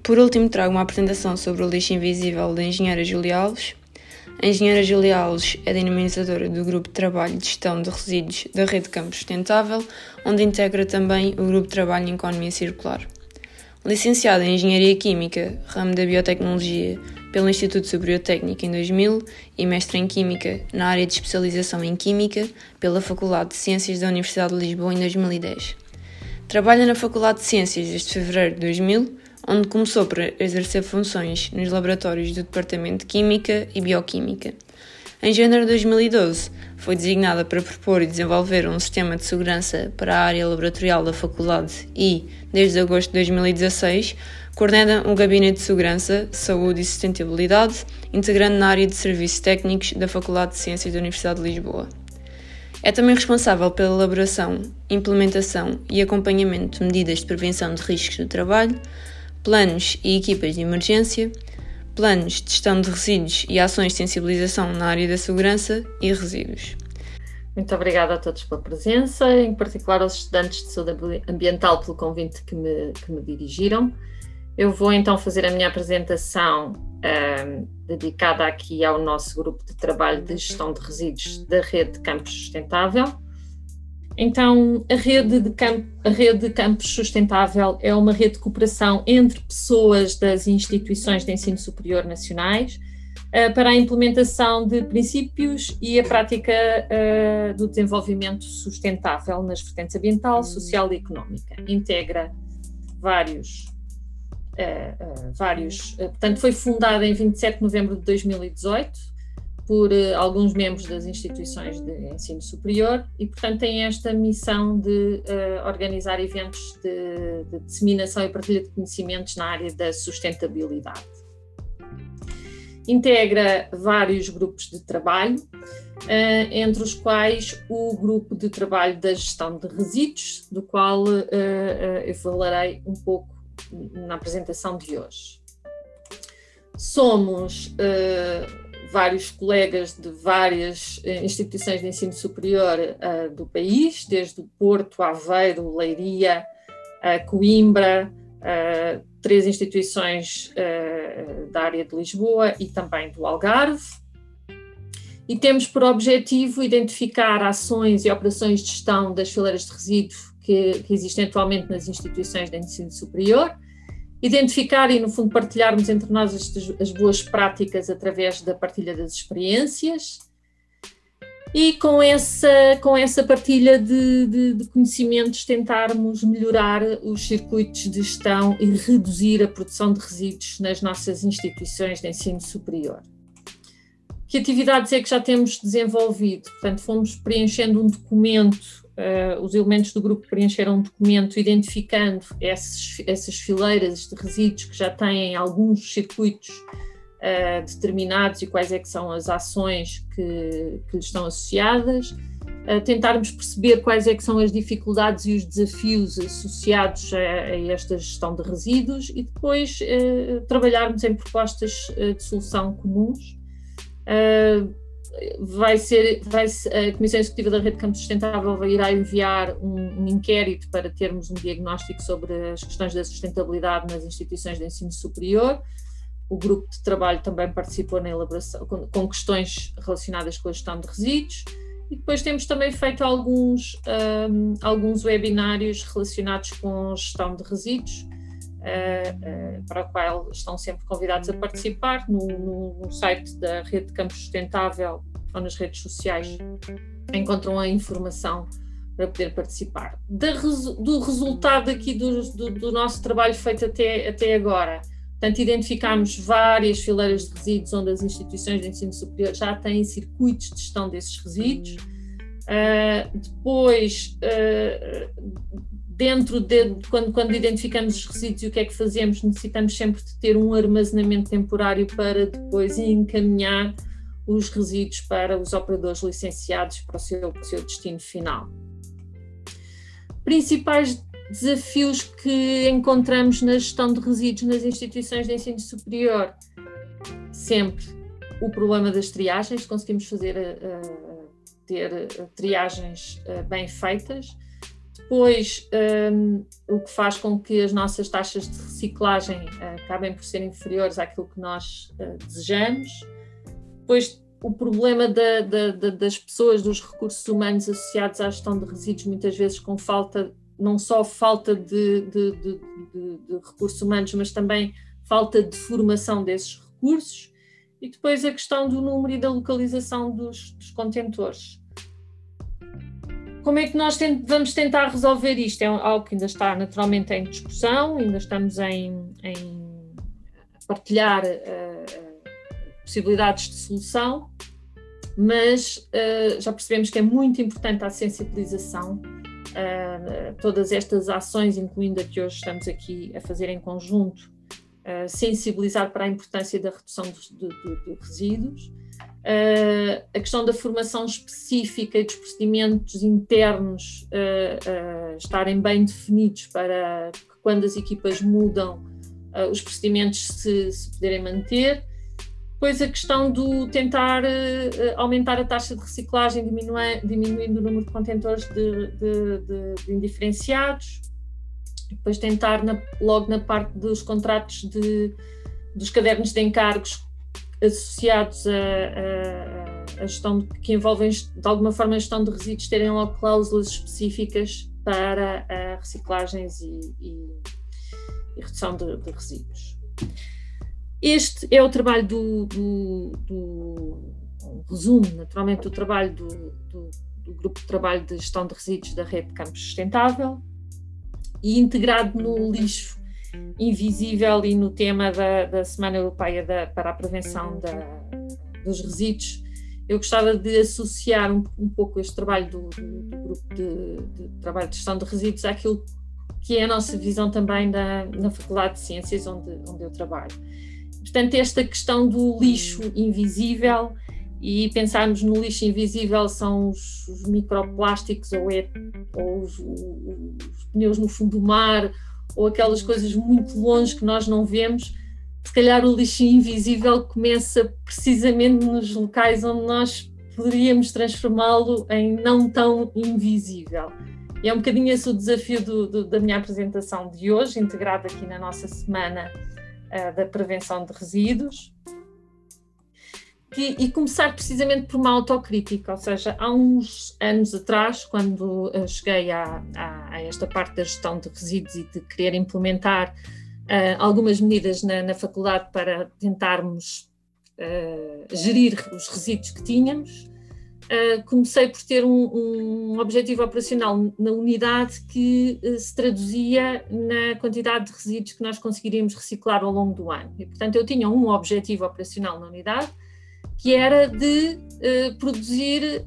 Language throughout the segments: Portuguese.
Por último, trago uma apresentação sobre o lixo invisível da engenheira Júlia Alves. A engenheira Júlia Alves é dinamizadora do Grupo de Trabalho de Gestão de Resíduos da Rede Campos Sustentável, onde integra também o Grupo de Trabalho em Economia Circular. Licenciada em Engenharia Química, ramo da Biotecnologia, pelo Instituto Superior Técnico em 2000 e mestre em Química na área de especialização em Química pela Faculdade de Ciências da Universidade de Lisboa em 2010. Trabalha na Faculdade de Ciências desde fevereiro de 2000, onde começou por exercer funções nos laboratórios do Departamento de Química e Bioquímica. Em janeiro de 2012, foi designada para propor e desenvolver um sistema de segurança para a área laboratorial da Faculdade e, desde agosto de 2016, coordena o Gabinete de Segurança, Saúde e Sustentabilidade, integrando na área de Serviços Técnicos da Faculdade de Ciências da Universidade de Lisboa. É também responsável pela elaboração, implementação e acompanhamento de medidas de prevenção de riscos do trabalho, planos e equipas de emergência, planos de gestão de resíduos e ações de sensibilização na área da segurança e resíduos. Muito obrigada a todos pela presença, em particular aos estudantes de saúde ambiental pelo convite que me dirigiram. Eu vou então fazer a minha apresentação dedicada aqui ao nosso grupo de trabalho de gestão de resíduos da Rede de Campos Sustentável. Então, a rede de Campos Sustentável é uma rede de cooperação entre pessoas das instituições de ensino superior nacionais para a implementação de princípios e a prática do desenvolvimento sustentável nas vertentes ambiental, social e económica. Integra portanto, foi fundada em 27 de novembro de 2018 por alguns membros das instituições de ensino superior e, portanto, tem esta missão de organizar eventos de disseminação e partilha de conhecimentos na área da sustentabilidade. Integra vários grupos de trabalho, entre os quais o grupo de trabalho da gestão de resíduos, do qual eu falarei um pouco na apresentação de hoje. Somos vários colegas de várias instituições de ensino superior do país, desde o Porto, Aveiro, Leiria, Coimbra, 3 instituições da área de Lisboa e também do Algarve. E temos por objetivo identificar ações e operações de gestão das fileiras de resíduos que existem atualmente nas instituições de ensino superior, identificar e, no fundo, partilharmos entre nós as boas práticas através da partilha das experiências e, com essa partilha de conhecimentos, tentarmos melhorar os circuitos de gestão e reduzir a produção de resíduos nas nossas instituições de ensino superior. Que atividades é que já temos desenvolvido? Portanto, fomos preenchendo um documento. Os elementos do grupo preencheram um documento identificando essas fileiras de resíduos que já têm alguns circuitos determinados e quais é que são as ações que lhes estão associadas, tentarmos perceber quais é que são as dificuldades e os desafios associados a esta gestão de resíduos e depois trabalharmos em propostas de solução comuns. A Comissão Executiva da Rede Campos Sustentável irá enviar um inquérito para termos um diagnóstico sobre as questões da sustentabilidade nas instituições de ensino superior. O grupo de trabalho também participou na elaboração com questões relacionadas com a gestão de resíduos e depois temos também feito alguns webinários relacionados com gestão de resíduos, para o qual estão sempre convidados a participar no site da Rede de Campos Sustentável ou nas redes sociais encontram a informação para poder participar. Do resultado aqui do nosso trabalho feito até agora, portanto, identificámos várias fileiras de resíduos onde as instituições de ensino superior já têm circuitos de gestão desses resíduos. Depois, quando identificamos os resíduos e o que é que fazemos, necessitamos sempre de ter um armazenamento temporário para depois encaminhar os resíduos para os operadores licenciados para o seu destino final. Principais desafios que encontramos na gestão de resíduos nas instituições de ensino superior, sempre o problema das triagens, conseguimos ter triagens bem feitas. Depois, o que faz com que as nossas taxas de reciclagem acabem por ser inferiores àquilo que nós desejamos. Depois, o problema das pessoas, dos recursos humanos associados à gestão de resíduos, muitas vezes com falta, não só falta de recursos humanos, mas também falta de formação desses recursos. E depois a questão do número e da localização dos contentores. Como é que nós vamos tentar resolver isto? É algo que ainda está naturalmente em discussão, ainda estamos em partilhar possibilidades de solução, mas já percebemos que é muito importante a sensibilização, todas estas ações, incluindo a que hoje estamos aqui a fazer em conjunto, sensibilizar para a importância da redução de resíduos, a questão da formação específica e dos procedimentos internos estarem bem definidos para que quando as equipas mudam os procedimentos se poderem manter. Depois a questão do tentar aumentar a taxa de reciclagem, diminuindo o número de contentores de indiferenciados. Depois tentar logo na parte dos contratos dos cadernos de encargos associados a gestão que envolvem de alguma forma a gestão de resíduos, terem logo cláusulas específicas para reciclagens e redução de resíduos. Este é o trabalho resumo naturalmente do trabalho do grupo de trabalho de gestão de resíduos da Rede de Campos Sustentável, e integrado no lixo invisível e no tema da Semana Europeia para a Prevenção dos Resíduos. Eu gostava de associar um pouco este trabalho do grupo de trabalho de gestão de resíduos àquilo que é a nossa visão também na Faculdade de Ciências, onde eu trabalho. Portanto, esta questão do lixo invisível, e pensarmos no lixo invisível são os microplásticos ou os pneus no fundo do mar, ou aquelas coisas muito longe que nós não vemos. Se calhar o lixo invisível começa precisamente nos locais onde nós poderíamos transformá-lo em não tão invisível. E é um bocadinho esse o desafio da minha apresentação de hoje, integrado aqui na nossa semana da prevenção de resíduos. E começar precisamente por uma autocrítica, ou seja, há uns anos atrás, quando cheguei a esta parte da gestão de resíduos e de querer implementar algumas medidas na faculdade para tentarmos gerir os resíduos que tínhamos, comecei por ter um objetivo operacional na unidade que se traduzia na quantidade de resíduos que nós conseguiríamos reciclar ao longo do ano. E, portanto, eu tinha um objetivo operacional na unidade, que era de produzir,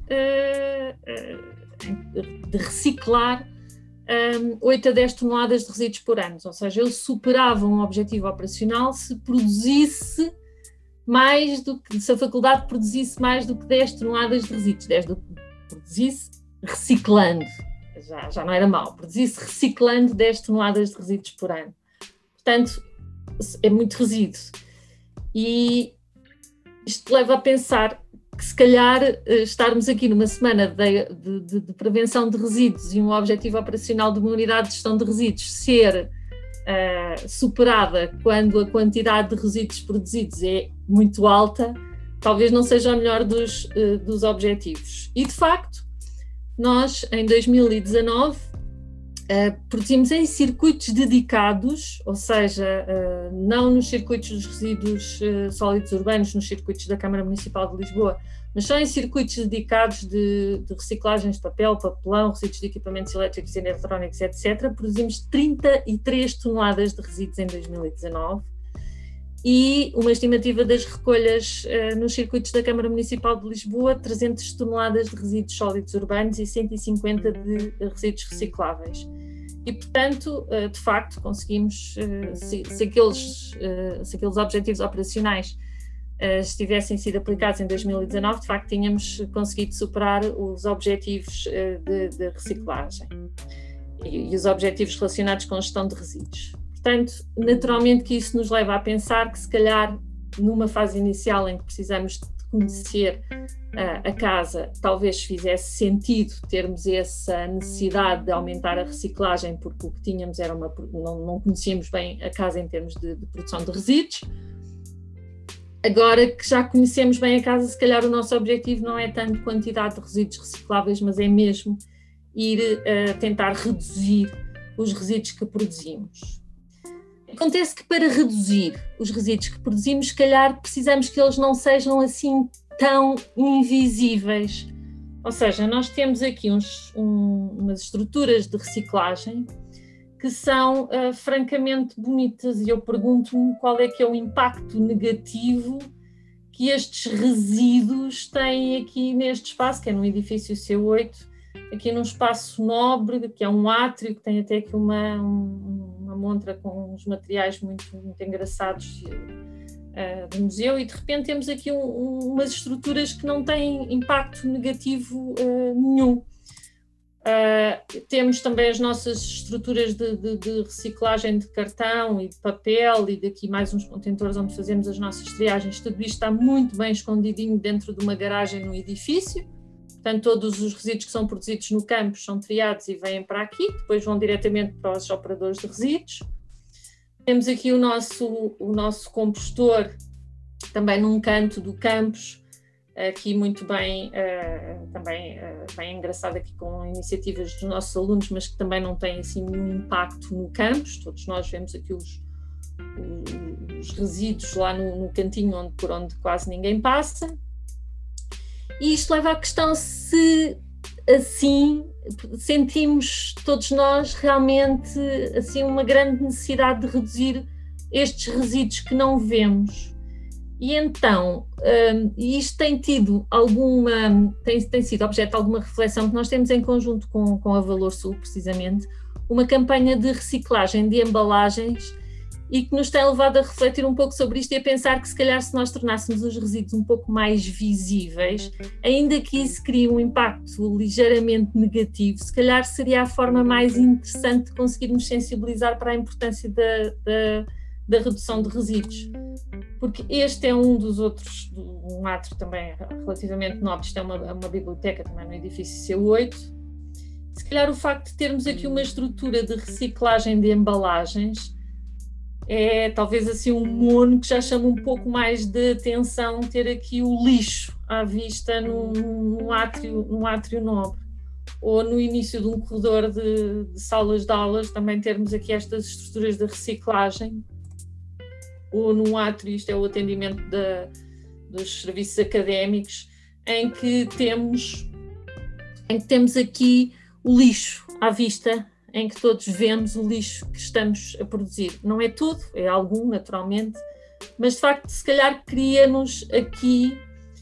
de reciclar 8 a 10 toneladas de resíduos por ano. Ou seja, eu superava um objetivo operacional se produzisse mais do que, se a faculdade produzisse mais do que 10 toneladas de resíduos, 10 do que produzisse reciclando, já não era mau, produzisse reciclando 10 toneladas de resíduos por ano. Portanto, é muito resíduo. E isto leva a pensar que se calhar estarmos aqui numa semana de prevenção de resíduos e um objetivo operacional de uma unidade de gestão de resíduos ser superada quando a quantidade de resíduos produzidos é muito alta, talvez não seja o melhor dos objetivos. E de facto, nós em 2019 produzimos em circuitos dedicados, ou seja, não nos circuitos dos resíduos sólidos urbanos, nos circuitos da Câmara Municipal de Lisboa, mas só em circuitos dedicados de reciclagens de papel, papelão, resíduos de equipamentos elétricos e eletrónicos, etc. Produzimos 33 toneladas de resíduos em 2019 e uma estimativa das recolhas nos circuitos da Câmara Municipal de Lisboa, 300 toneladas de resíduos sólidos urbanos e 150 de resíduos recicláveis. E, portanto, de facto, conseguimos, se aqueles objetivos operacionais tivessem sido aplicados em 2019, de facto tínhamos conseguido superar os objetivos de reciclagem e os objetivos relacionados com a gestão de resíduos. Portanto, naturalmente que isso nos leva a pensar que se calhar numa fase inicial em que precisamos de conhecer a casa, talvez fizesse sentido termos essa necessidade de aumentar a reciclagem, porque o que tínhamos era não conhecíamos bem a casa em termos de produção de resíduos. Agora que já conhecemos bem a casa, se calhar o nosso objetivo não é tanto quantidade de resíduos recicláveis, mas é mesmo ir tentar reduzir os resíduos que produzimos. Acontece que para reduzir os resíduos que produzimos, se calhar precisamos que eles não sejam assim tão invisíveis. Ou seja, nós temos aqui umas estruturas de reciclagem que são francamente bonitas, e eu pergunto-me qual é que é o impacto negativo que estes resíduos têm aqui neste espaço, que é num edifício C8, aqui num espaço nobre, que é um átrio, que tem até aqui uma montra com uns materiais muito, muito engraçados do museu, e de repente temos aqui umas estruturas que não têm impacto negativo nenhum. Temos também as nossas estruturas de reciclagem de cartão e de papel, e daqui mais uns contentores onde fazemos as nossas triagens. Tudo isto está muito bem escondidinho dentro de uma garagem no edifício. Portanto, todos os resíduos que são produzidos no campus são triados e vêm para aqui, depois vão diretamente para os operadores de resíduos. Temos aqui o nosso compostor, também num canto do campus, aqui muito bem, também bem engraçado, aqui com iniciativas dos nossos alunos, mas que também não têm assim nenhum impacto no campus. Todos nós vemos aqui os resíduos lá no cantinho por onde quase ninguém passa. E isto leva à questão se assim sentimos todos nós realmente assim uma grande necessidade de reduzir estes resíduos que não vemos. E então, isto tem sido objeto de alguma reflexão, que nós temos em conjunto com a Valor Sul, precisamente, uma campanha de reciclagem de embalagens, e que nos tem levado a refletir um pouco sobre isto e a pensar que, se calhar, se nós tornássemos os resíduos um pouco mais visíveis, ainda que isso crie um impacto ligeiramente negativo, se calhar seria a forma mais interessante de conseguirmos sensibilizar para a importância da redução de resíduos. Porque este é um dos outros, um átrio também relativamente nobre, isto é uma biblioteca também no edifício C8. Se calhar o facto de termos aqui uma estrutura de reciclagem de embalagens é talvez assim um mono que já chama um pouco mais de atenção, ter aqui o lixo à vista num átrio nobre. Ou no início de um corredor de salas de aulas, também termos aqui estas estruturas de reciclagem. Ou num átrio, isto é o atendimento dos serviços académicos, em que temos aqui o lixo à vista, em que todos vemos o lixo que estamos a produzir. Não é tudo, é algum, naturalmente, mas de facto, se calhar cria-nos aqui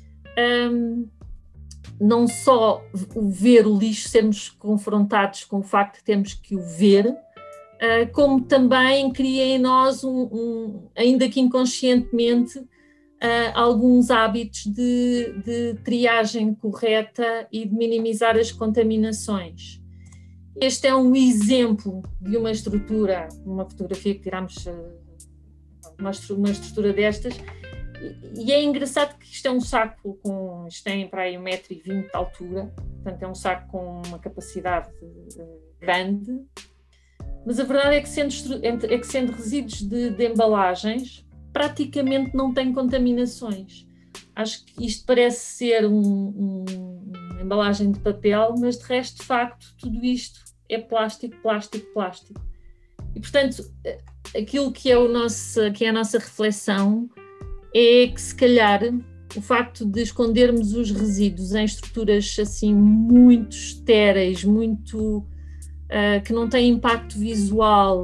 não só o ver o lixo, sermos confrontados com o facto de termos que o ver, como também cria em nós, ainda que inconscientemente, alguns hábitos de triagem correta e de minimizar as contaminações. Este é um exemplo de uma estrutura, uma fotografia que tirámos, uma estrutura destas, e é engraçado que isto é um saco isto tem para aí 1,20 m de altura, portanto é um saco com uma capacidade grande, mas a verdade é que sendo resíduos de embalagens, praticamente não tem contaminações. Acho que isto parece ser uma embalagem de papel, mas de resto, de facto, tudo isto é plástico. E, portanto, aquilo que é a nossa reflexão é que, se calhar, o facto de escondermos os resíduos em estruturas assim muito estéreis, muito que não têm impacto visual,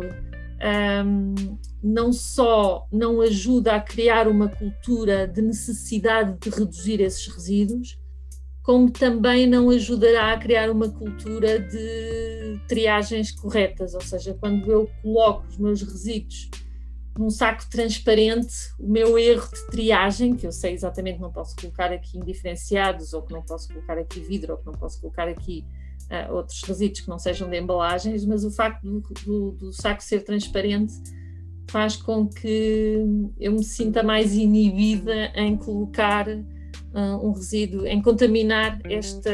não só não ajuda a criar uma cultura de necessidade de reduzir esses resíduos, como também não ajudará a criar uma cultura de triagens corretas. Ou seja, quando eu coloco os meus resíduos num saco transparente, o meu erro de triagem, que eu sei exatamente que não posso colocar aqui indiferenciados, ou que não posso colocar aqui vidro, ou que não posso colocar aqui outros resíduos que não sejam de embalagens, mas o facto do saco ser transparente faz com que eu me sinta mais inibida em colocar um resíduo, em contaminar este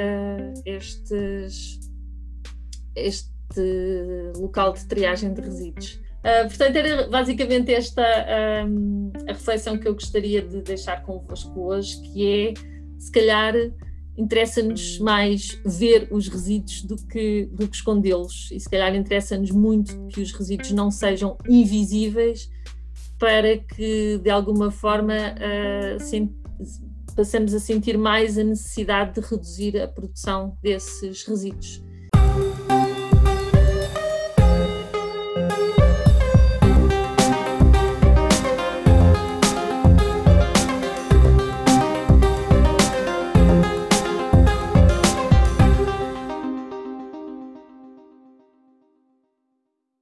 local de triagem de resíduos. Portanto, era basicamente esta a reflexão que eu gostaria de deixar convosco hoje, que é, se calhar, interessa-nos mais ver os resíduos do que escondê-los, e se calhar interessa-nos muito que os resíduos não sejam invisíveis, para que, de alguma forma, passemos a sentir mais a necessidade de reduzir a produção desses resíduos.